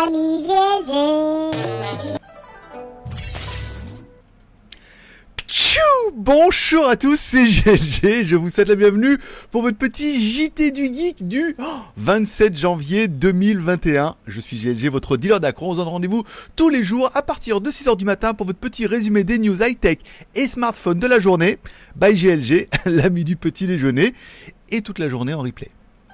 Mamie GLG. Bonjour à tous, c'est GLG, je vous souhaite la bienvenue pour votre petit JT du Geek du 27 janvier 2021. Je suis GLG, votre dealer d'accro. On se donne rendez-vous tous les jours à partir de 6h du matin pour votre petit résumé des news high-tech et smartphone de la journée. By GLG, l'ami du petit déjeuner, et toute la journée en replay.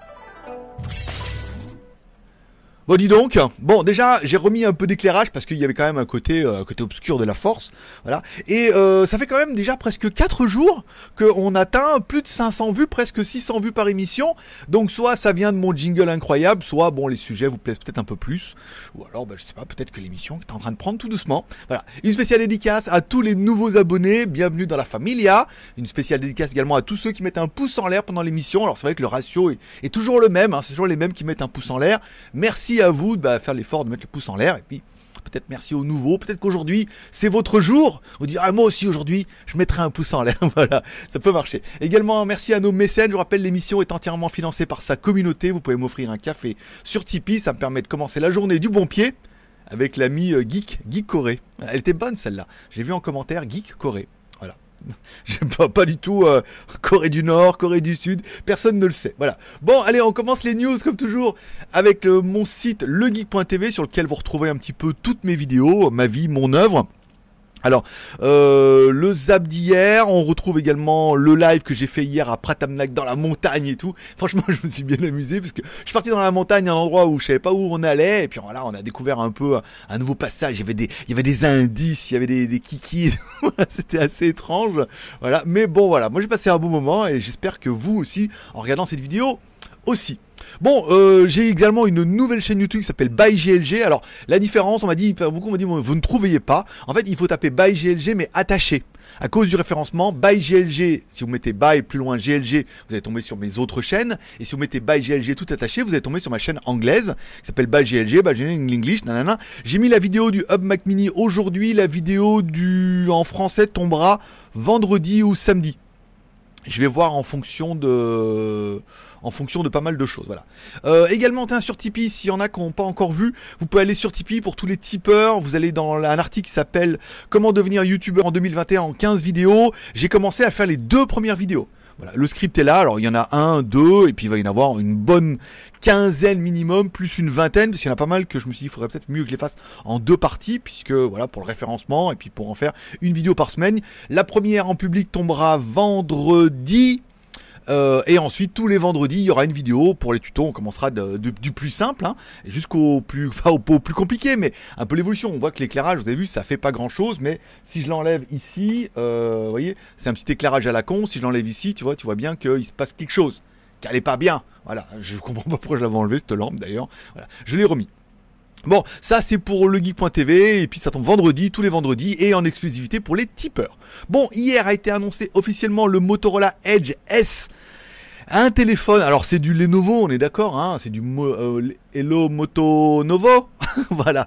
Bon, dis donc, bon, déjà, j'ai remis un peu d'éclairage parce qu'il y avait quand même un côté obscur de la force, voilà. Et ça fait quand même déjà presque 4 jours qu'on atteint plus de 500 vues, presque 600 vues par émission. Donc, soit ça vient de mon jingle incroyable, soit, bon, les sujets vous plaisent peut-être un peu plus. Ou alors, je sais pas, peut-être que l'émission est en train de prendre tout doucement. Voilà. Une spéciale dédicace à tous les nouveaux abonnés, bienvenue dans la familia. Une spéciale dédicace également à tous ceux qui mettent un pouce en l'air pendant l'émission. Alors, c'est vrai que le ratio est toujours le même, hein, c'est toujours les mêmes qui mettent un pouce en l'air. Merci à vous de faire l'effort de mettre le pouce en l'air, et puis peut-être merci aux nouveaux, peut-être qu'aujourd'hui c'est votre jour, vous dire moi aussi aujourd'hui je mettrai un pouce en l'air. Voilà, ça peut marcher. Également merci à nos mécènes. Je vous rappelle, l'émission est entièrement financée par sa communauté. Vous pouvez m'offrir un café sur Tipeee, ça me permet de commencer la journée du bon pied avec l'ami Geek Corée. Elle était bonne celle-là, j'ai vu en commentaire Geek Corée. Voilà. J'aime pas du tout Corée du Nord, Corée du Sud, personne ne le sait. Voilà. Bon, allez, on commence les news comme toujours avec mon site legeek.tv sur lequel vous retrouvez un petit peu toutes mes vidéos, ma vie, mon œuvre. Alors, le zap d'hier, on retrouve également le live que j'ai fait hier à Pratamnak dans la montagne et tout. Franchement, je me suis bien amusé parce que je suis parti dans la montagne, un endroit où je savais pas où on allait, et puis voilà, on a découvert un peu un nouveau passage. Il y avait des indices, il y avait des kikis. C'était assez étrange. Voilà, mais bon voilà, moi j'ai passé un bon moment et j'espère que vous aussi, en regardant cette vidéo, aussi. Bon, j'ai également une nouvelle chaîne YouTube qui s'appelle By GLG. Alors, la différence, beaucoup m'ont dit, vous ne trouviez pas. En fait, il faut taper By GLG, mais attaché. À cause du référencement, By GLG, si vous mettez By plus loin GLG, vous allez tomber sur mes autres chaînes. Et si vous mettez By GLG tout attaché, vous allez tomber sur ma chaîne anglaise, qui s'appelle By GLG, By GLG English, nanana. J'ai mis la vidéo du Hub Mac Mini aujourd'hui. La vidéo en français tombera vendredi ou samedi. Je vais voir en fonction de pas mal de choses, voilà. Également, sur Tipeee, s'il y en a qui n'ont pas encore vu, vous pouvez aller sur Tipeee pour tous les tipeurs. Vous allez dans un article qui s'appelle Comment devenir youtubeur en 2021 en 15 vidéos. J'ai commencé à faire les 2 premières vidéos. Voilà, le script est là, alors il y en a 1, 2, et puis il va y en avoir une bonne quinzaine minimum, plus une vingtaine, parce qu'il y en a pas mal que je me suis dit, il faudrait peut-être mieux que je les fasse en 2 parties, puisque voilà, pour le référencement, et puis pour en faire une vidéo par semaine. La première en public tombera vendredi. Et ensuite tous les vendredis il y aura une vidéo pour les tutos. On commencera du plus simple jusqu'au plus au plus compliqué, mais un peu l'évolution. On voit que l'éclairage, vous avez vu, ça fait pas grand chose, mais si je l'enlève ici, vous voyez, c'est un petit éclairage à la con. Si je l'enlève ici, tu vois bien qu'il se passe quelque chose, qu'elle est pas bien. Voilà, je comprends pas pourquoi je l'avais enlevé cette lampe d'ailleurs. Voilà, je l'ai remis. Bon, ça c'est pour legeek.tv, et puis ça tombe vendredi, tous les vendredis, et en exclusivité pour les tipeurs. Bon, hier a été annoncé officiellement le Motorola Edge S. Un téléphone, alors c'est du Lenovo, on est d'accord, c'est du Hello Moto Novo. Voilà,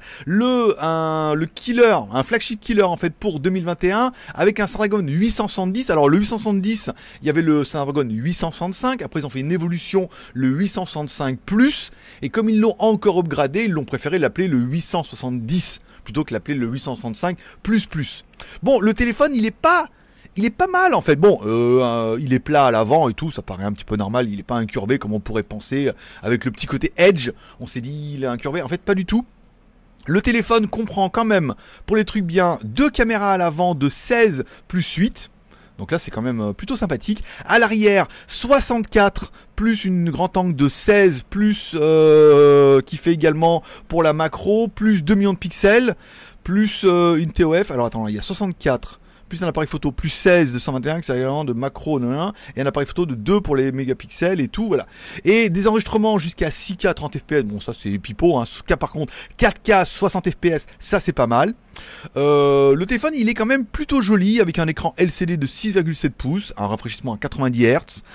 le killer, un flagship killer en fait pour 2021 avec un Snapdragon 870. Alors le 870, il y avait le Snapdragon 865, après ils ont fait une évolution, le 865 Plus, et comme ils l'ont encore upgradé, ils l'ont préféré l'appeler le 870 plutôt que l'appeler le 865 Plus Plus. Bon, le téléphone, il est pas mal en fait. Bon, il est plat à l'avant et tout, ça paraît un petit peu normal. Il est pas incurvé comme on pourrait penser avec le petit côté Edge. On s'est dit il est incurvé, en fait pas du tout. Le téléphone comprend quand même, pour les trucs bien, 2 caméras à l'avant de 16 plus 8. Donc là c'est quand même plutôt sympathique. À l'arrière 64 plus une grand angle de 16 plus qui fait également pour la macro plus 2 millions de pixels plus une TOF. Alors attends, il y a 64 plus un appareil photo plus 16 de 121 qui c'est vraiment de macro et un appareil photo de 2 pour les mégapixels et tout, voilà. Et des enregistrements jusqu'à 6K 30 fps, bon ça c'est pipeau, par contre 4K 60 fps, ça c'est pas mal. Le téléphone il est quand même plutôt joli avec un écran LCD de 6,7 pouces, un rafraîchissement à 90 Hz,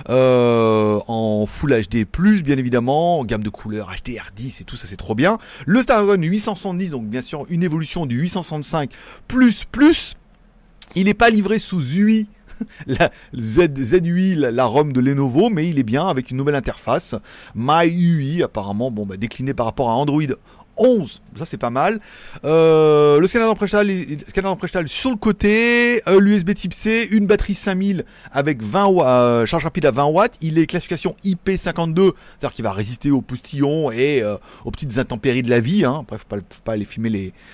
en Full HD+, bien évidemment, en gamme de couleurs HDR10 et tout ça c'est trop bien. Le Snapdragon 870, donc bien sûr une évolution du 865 plus. Il n'est pas livré sous UI, la ZUI, la ROM de Lenovo, mais il est bien avec une nouvelle interface, MyUI apparemment, décliné par rapport à Android 11, ça c'est pas mal. Le scanner d'empreinte sur le côté, l'USB type C, une batterie 5000 avec 20 watts, charge rapide à 20 watts. Il est classification IP52, c'est-à-dire qu'il va résister aux postillons et aux petites intempéries de la vie. Hein. Après, faut pas aller filmer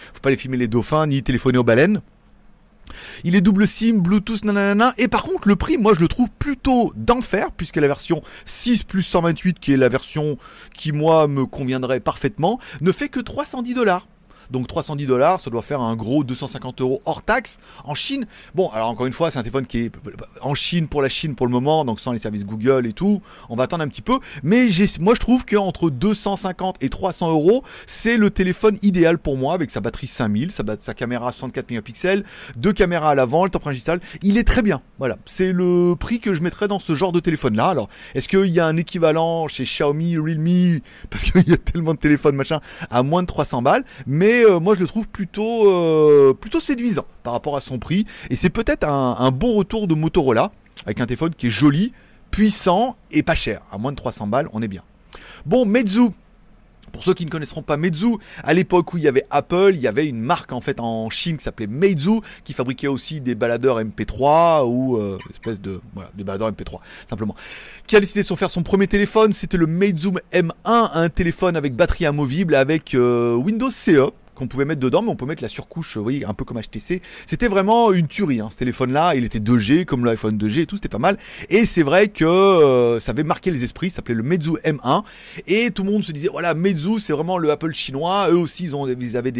les dauphins ni téléphoner aux baleines. Il est double SIM, Bluetooth, nanana. Et par contre, le prix, moi, je le trouve plutôt d'enfer, puisque la version 6 plus 128, qui est la version qui, moi, me conviendrait parfaitement, ne fait que $310. Donc $310, ça doit faire un gros 250 € hors taxe en Chine. Bon, alors encore une fois, c'est un téléphone qui est en Chine pour le moment, donc sans les services Google et tout. On va attendre un petit peu. Mais moi, je trouve qu'entre 250 et 300 €, c'est le téléphone idéal pour moi, avec sa batterie 5000, sa caméra 64 mégapixels, 2 caméras à l'avant, le température digitale. Il est très bien. Voilà, c'est le prix que je mettrais dans ce genre de téléphone-là. Alors, est-ce qu'il y a un équivalent chez Xiaomi, Realme, parce qu'il y a tellement de téléphones machin, à moins de 300 balles, mais moi je le trouve plutôt séduisant par rapport à son prix, et c'est peut-être un bon retour de Motorola avec un téléphone qui est joli, puissant et pas cher. À moins de 300 balles, on est bien. Bon, Meizu. Pour ceux qui ne connaisseront pas Meizu, à l'époque où il y avait Apple, il y avait une marque en fait en Chine qui s'appelait Meizu, qui fabriquait aussi des baladeurs MP3 ou espèce de des baladeurs MP3 simplement. Qui a décidé de faire son premier téléphone, c'était le Meizu M1, un téléphone avec batterie amovible avec Windows CE. Qu'on pouvait mettre dedans, mais on peut mettre la surcouche, vous voyez, un peu comme HTC. C'était vraiment une tuerie, hein, ce téléphone-là. Il était 2G, comme l'iPhone 2G et tout, c'était pas mal. Et c'est vrai que ça avait marqué les esprits, ça s'appelait le Meizu M1. Et tout le monde se disait, voilà, Meizu, c'est vraiment le Apple chinois. Eux aussi, ils avaient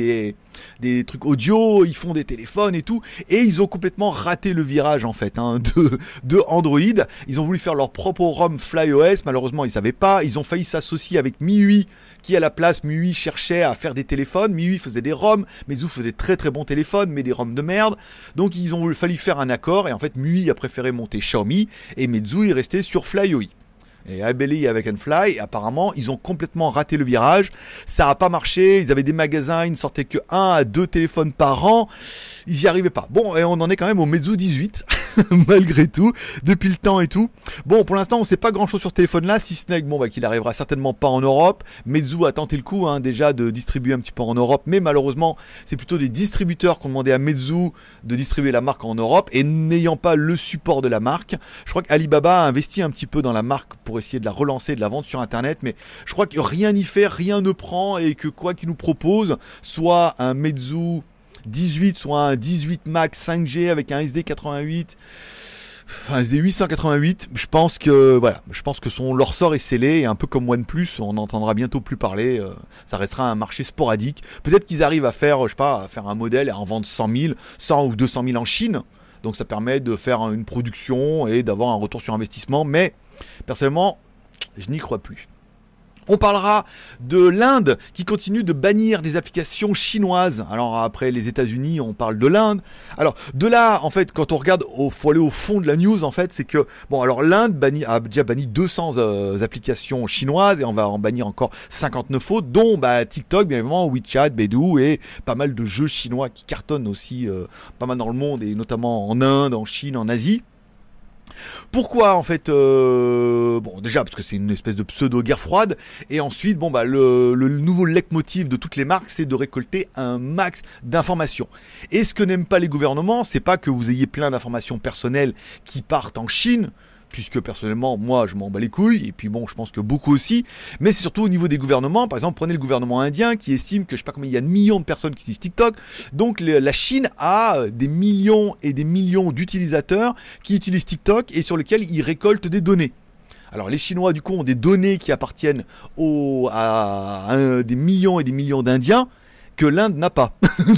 des trucs audio, ils font des téléphones et tout. Et ils ont complètement raté le virage, en fait, hein, de Android. Ils ont voulu faire leur propre ROM FlyOS. Malheureusement, ils savaient pas. Ils ont failli s'associer avec MIUI, qui à la place, MIUI cherchait à faire des téléphones, MIUI faisait des ROM, Meizu faisait des très très bons téléphones, mais des ROM de merde, donc ils ont fallu faire un accord, et en fait MIUI a préféré monter Xiaomi, et Meizu est resté sur FlyOS. Et Abeli avec Fly, apparemment, ils ont complètement raté le virage. Ça n'a pas marché. Ils avaient des magasins, ils ne sortaient que 1 à 2 téléphones par an. Ils n'y arrivaient pas. Bon, et on en est quand même au Meizu 18, malgré tout, depuis le temps et tout. Bon, pour l'instant, on sait pas grand chose sur ce téléphone-là, si ce n'est que qu'il arrivera certainement pas en Europe. Meizu a tenté le coup, hein, déjà de distribuer un petit peu en Europe, mais malheureusement, c'est plutôt des distributeurs qui ont demandé à Meizu de distribuer la marque en Europe, et n'ayant pas le support de la marque, je crois qu'Alibaba a investi un petit peu dans la marque pour essayer de la relancer, de la vendre sur internet, mais je crois que rien n'y fait, rien ne prend, et que quoi qu'il nous propose, soit un Meizu 18, soit un 18 Max 5G avec un SD88, enfin SD 888, je pense que leur sort est scellé, et un peu comme OnePlus, on n'entendra bientôt plus parler, ça restera un marché sporadique. Peut-être qu'ils arrivent à faire, à faire un modèle et à en vendre 100 ou 200 000 en Chine, donc ça permet de faire une production et d'avoir un retour sur investissement, mais personnellement, je n'y crois plus. On parlera de l'Inde qui continue de bannir des applications chinoises. Alors après les États-Unis, on parle de l'Inde. Alors de là, en fait, quand on regarde, faut aller au fond de la news. En fait, c'est que alors l'Inde a déjà banni 200 applications chinoises, et on va en bannir encore 59 autres, dont TikTok, bien évidemment, WeChat, Baidu, et pas mal de jeux chinois qui cartonnent aussi pas mal dans le monde, et notamment en Inde, en Chine, en Asie. Pourquoi en fait déjà parce que c'est une espèce de pseudo guerre froide, et ensuite le nouveau leitmotiv de toutes les marques, c'est de récolter un max d'informations. Et ce que n'aiment pas les gouvernements, c'est pas que vous ayez plein d'informations personnelles qui partent en Chine, puisque personnellement, moi, je m'en bats les couilles, et puis je pense que beaucoup aussi, mais c'est surtout au niveau des gouvernements. Par exemple, prenez le gouvernement indien, qui estime que je sais pas combien il y a de millions de personnes qui utilisent TikTok, donc la Chine a des millions et des millions d'utilisateurs qui utilisent TikTok, et sur lesquels ils récoltent des données. Alors les Chinois, du coup, ont des données qui appartiennent à des millions et des millions d'Indiens, que l'Inde n'a pas,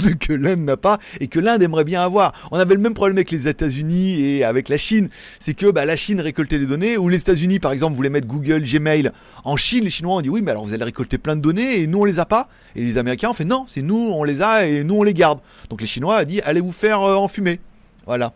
et que l'Inde aimerait bien avoir. On avait le même problème avec les États-Unis et avec la Chine, c'est que la Chine récoltait les données, ou les États-Unis par exemple voulaient mettre Google, Gmail en Chine. Les Chinois ont dit oui, mais alors vous allez récolter plein de données et nous on les a pas, et les Américains ont fait non, c'est nous on les a et nous on les garde. Donc les Chinois ont dit allez vous faire enfumer, voilà,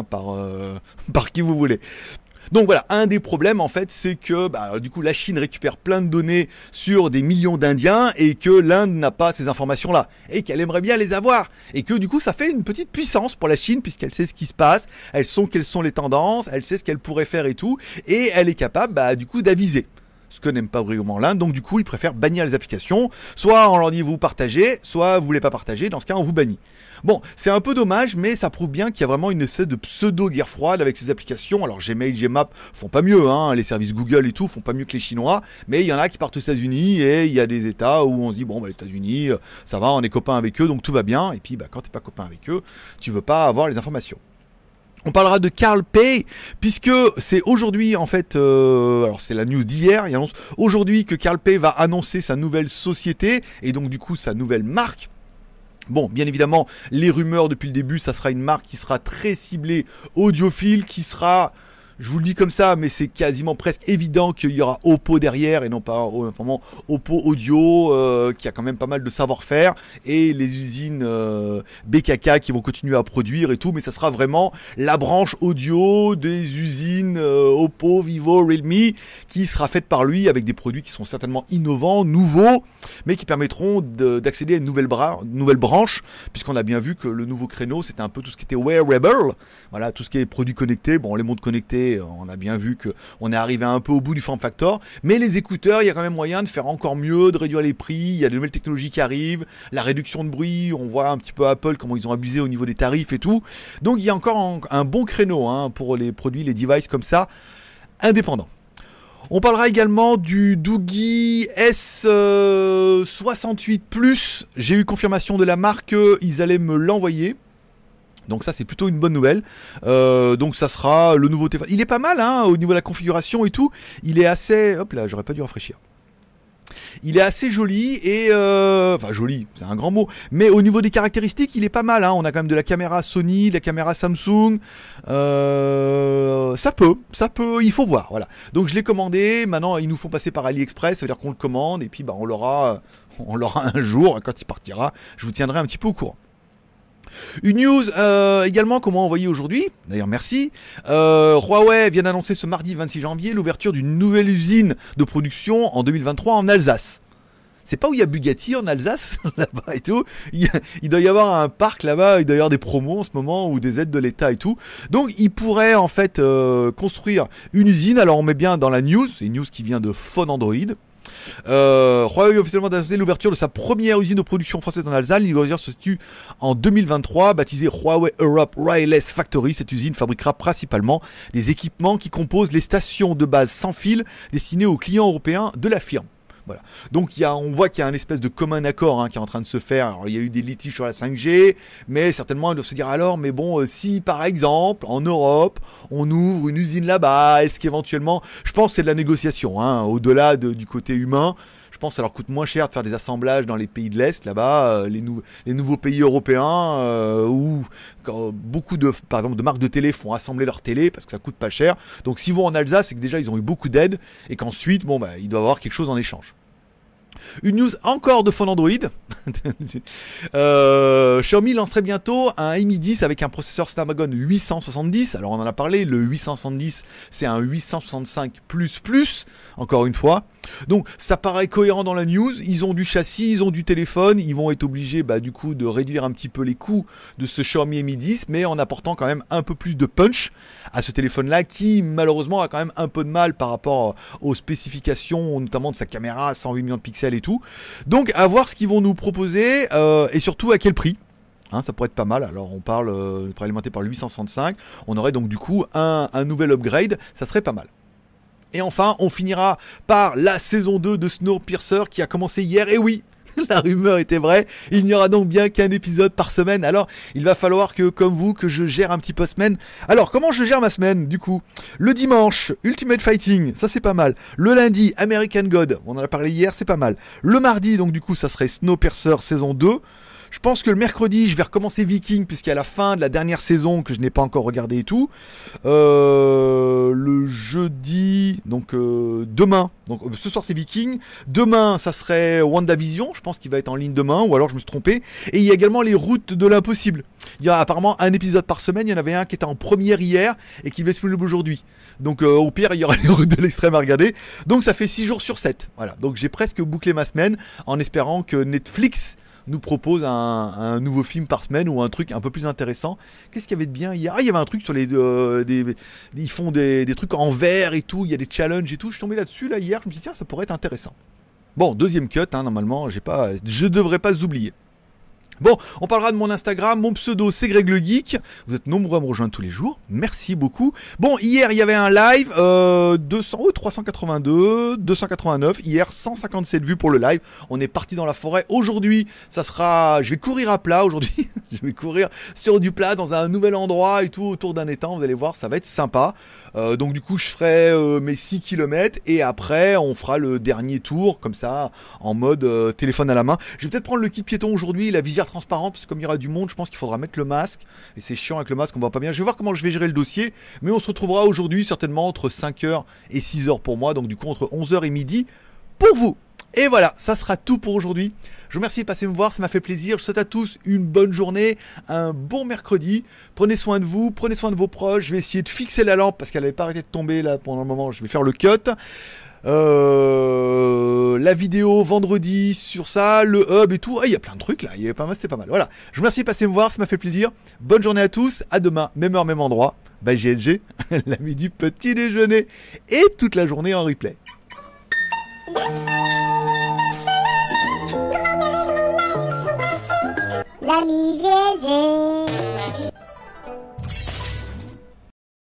par qui vous voulez. Donc voilà, un des problèmes en fait, c'est que du coup la Chine récupère plein de données sur des millions d'Indiens, et que l'Inde n'a pas ces informations-là, et qu'elle aimerait bien les avoir, et que du coup ça fait une petite puissance pour la Chine, puisqu'elle sait ce qui se passe, quelles sont les tendances, elle sait ce qu'elle pourrait faire et tout, et elle est capable du coup d'aviser ce que n'aime pas vraiment l'Inde. Donc du coup, ils préfèrent bannir les applications. Soit on leur dit vous partagez, soit vous voulez pas partager. Dans ce cas, on vous bannit. Bon, c'est un peu dommage, mais ça prouve bien qu'il y a vraiment une espèce de pseudo-guerre froide avec ces applications. Alors Gmail, Gmap font pas mieux, hein, les services Google et tout font pas mieux que les Chinois, mais il y en a qui partent aux États-Unis et il y a des États où on se dit bon, bah, les États-Unis, ça va, on est copains avec eux, donc tout va bien. Et puis, bah, quand t'es pas copain avec eux, tu veux pas avoir les informations. On parlera de Carl Pei, puisque c'est aujourd'hui, en fait, alors c'est la news d'hier, il annonce aujourd'hui que Carl Pei va annoncer sa nouvelle société, et donc du coup sa nouvelle marque. Bon, bien évidemment, les rumeurs depuis le début, ça sera une marque qui sera très ciblée audiophile, qui sera... Je vous le dis comme ça, mais c'est quasiment presque évident qu'il y aura Oppo derrière et non pas vraiment Oppo Audio, qui a quand même pas mal de savoir-faire, et les usines BKK qui vont continuer à produire et tout, mais ça sera vraiment la branche audio des usines Oppo, Vivo, Realme, qui sera faite par lui avec des produits qui sont certainement innovants, nouveaux, mais qui permettront d'accéder à une nouvelle branche, puisqu'on a bien vu que le nouveau créneau, c'était un peu tout ce qui était wearable, voilà, tout ce qui est produits connectés, bon, les montres connectées, on a bien vu qu'on est arrivé un peu au bout du form factor, mais les écouteurs, il y a quand même moyen de faire encore mieux, de réduire les prix, il y a de nouvelles technologies qui arrivent, la réduction de bruit, on voit un petit peu Apple, comment ils ont abusé au niveau des tarifs et tout, donc il y a encore un bon créneau hein, pour les produits, les devices comme ça, indépendants. On parlera également du Doogie S68 Plus, j'ai eu confirmation de la marque, ils allaient me l'envoyer. Donc ça c'est plutôt une bonne nouvelle. Donc ça sera le nouveau téléphone. Il est pas mal hein, au niveau de la configuration et tout. Il est assez... Hop là, j'aurais pas dû rafraîchir. Il est assez joli et... Enfin joli, c'est un grand mot. Mais au niveau des caractéristiques, il est pas mal. Hein. On a quand même de la caméra Sony, de la caméra Samsung. Ça peut, il faut voir. Voilà. Donc je l'ai commandé. Maintenant, ils nous font passer par AliExpress. Ça veut dire qu'on le commande et puis bah, on l'aura un jour. Quand il partira, je vous tiendrai un petit peu au courant. Une news également qu'on m'a envoyé aujourd'hui, d'ailleurs merci, Huawei vient d'annoncer ce mardi 26 janvier l'ouverture d'une nouvelle usine de production en 2023 en Alsace. C'est pas où il y a Bugatti en Alsace, là-bas et tout, il doit y avoir un parc là-bas, il doit y avoir des promos en ce moment ou des aides de l'État et tout. Donc ils pourraient en fait construire une usine, alors on met bien dans la news, c'est une news qui vient de Phone Android. Huawei a officiellement annoncé l'ouverture de sa première usine de production française en Alsace. L'ouverture se situe en 2023, baptisée Huawei Europe Wireless Factory. Cette usine fabriquera principalement des équipements qui composent les stations de base sans fil destinées aux clients européens de la firme. Voilà. Donc on voit qu'il y a un espèce de commun accord hein, qui est en train de se faire. Alors, il y a eu des litiges sur la 5G, mais certainement ils doivent se dire alors, mais bon, si par exemple en Europe on ouvre une usine là-bas, est-ce qu'éventuellement, je pense que c'est de la négociation, hein, au-delà du côté humain. Je pense que ça leur coûte moins cher de faire des assemblages dans les pays de l'Est, là-bas, les nouveaux pays européens, où beaucoup par exemple, de marques de télé font assembler leur télé parce que ça coûte pas cher. Donc s'ils vont en Alsace, c'est que déjà ils ont eu beaucoup d'aide et qu'ensuite, bon, bah, ils doivent avoir quelque chose en échange. Une news encore de Phone Android. Xiaomi lancerait bientôt un Mi 10 avec un processeur Snapdragon 870. Alors on en a parlé, le 870 c'est un 865++, encore une fois. Donc ça paraît cohérent dans la news, ils ont du châssis, ils ont du téléphone, ils vont être obligés du coup de réduire un petit peu les coûts de ce Xiaomi Mi 10, mais en apportant quand même un peu plus de punch à ce téléphone là qui malheureusement a quand même un peu de mal par rapport aux spécifications, notamment de sa caméra à 108 millions de pixels et tout. Donc à voir ce qu'ils vont nous proposer et surtout à quel prix. Hein, ça pourrait être pas mal. Alors on parle alimenté par le 865, on aurait donc du coup un nouvel upgrade, ça serait pas mal. Et enfin, on finira par la saison 2 de Snowpiercer qui a commencé hier. Et oui, la rumeur était vraie. Il n'y aura donc bien qu'un épisode par semaine. Alors, il va falloir que, comme vous, que je gère un petit peu semaine. Alors, comment je gère ma semaine, du coup? Le dimanche, Ultimate Fighting, ça c'est pas mal. Le lundi, American God, on en a parlé hier, c'est pas mal. Le mardi, donc du coup, ça serait Snowpiercer saison 2. Je pense que le mercredi, je vais recommencer Viking, puisqu'à la fin de la dernière saison, que je n'ai pas encore regardé et tout. Le jeudi, donc demain, donc ce soir c'est Viking. Demain, ça serait WandaVision, je pense qu'il va être en ligne demain, ou alors je me suis trompé. Et il y a également les routes de l'impossible. Il y a apparemment un épisode par semaine, il y en avait un qui était en première hier, et qui va être disponible aujourd'hui. Donc au pire, il y aura les routes de l'extrême à regarder. Donc ça fait 6 jours sur 7. Voilà, donc j'ai presque bouclé ma semaine, en espérant que Netflix nous propose un nouveau film par semaine ou un truc un peu plus intéressant. Qu'est-ce qu'il y avait de bien hier? Ah, il y avait un truc sur ils font des trucs en verre et tout, il y a des challenges et tout. Je suis tombé là-dessus là hier, je me suis dit tiens, ça pourrait être intéressant. Bon, deuxième cut, hein, normalement, je devrais pas oublier. Bon, on parlera de mon Instagram, mon pseudo c'est Greg le Geek. Vous êtes nombreux à me rejoindre tous les jours, merci beaucoup. Bon, hier il y avait un live, 382, 289, hier 157 vues pour le live. On est parti dans la forêt. Aujourd'hui, je vais courir à plat aujourd'hui. Je vais courir sur du plat dans un nouvel endroit et tout autour d'un étang. Vous allez voir, ça va être sympa. Donc du coup, je ferai mes 6 km et après, on fera le dernier tour comme ça, en mode téléphone à la main. Je vais peut-être prendre le kit piéton aujourd'hui, la visière transparente, parce que comme il y aura du monde, je pense qu'il faudra mettre le masque. Et c'est chiant avec le masque, on voit pas bien. Je vais voir comment je vais gérer le dossier. Mais on se retrouvera aujourd'hui certainement entre 5h et 6h pour moi. Donc du coup, entre 11h et midi pour vous. Et voilà, ça sera tout pour aujourd'hui. Je vous remercie de passer me voir, ça m'a fait plaisir. Je souhaite à tous une bonne journée, un bon mercredi. Prenez soin de vous, prenez soin de vos proches. Je vais essayer de fixer la lampe parce qu'elle n'avait pas arrêté de tomber là pendant le moment. Je vais faire le cut. La vidéo vendredi sur ça, le hub et tout. Ah, il y a plein de trucs là, il y avait pas mal, c'est pas mal. Voilà, je vous remercie de passer me voir, ça m'a fait plaisir. Bonne journée à tous, à demain, même heure, même endroit. Bye GLG, l'ami du petit déjeuner et toute la journée en replay. L'ami GLG.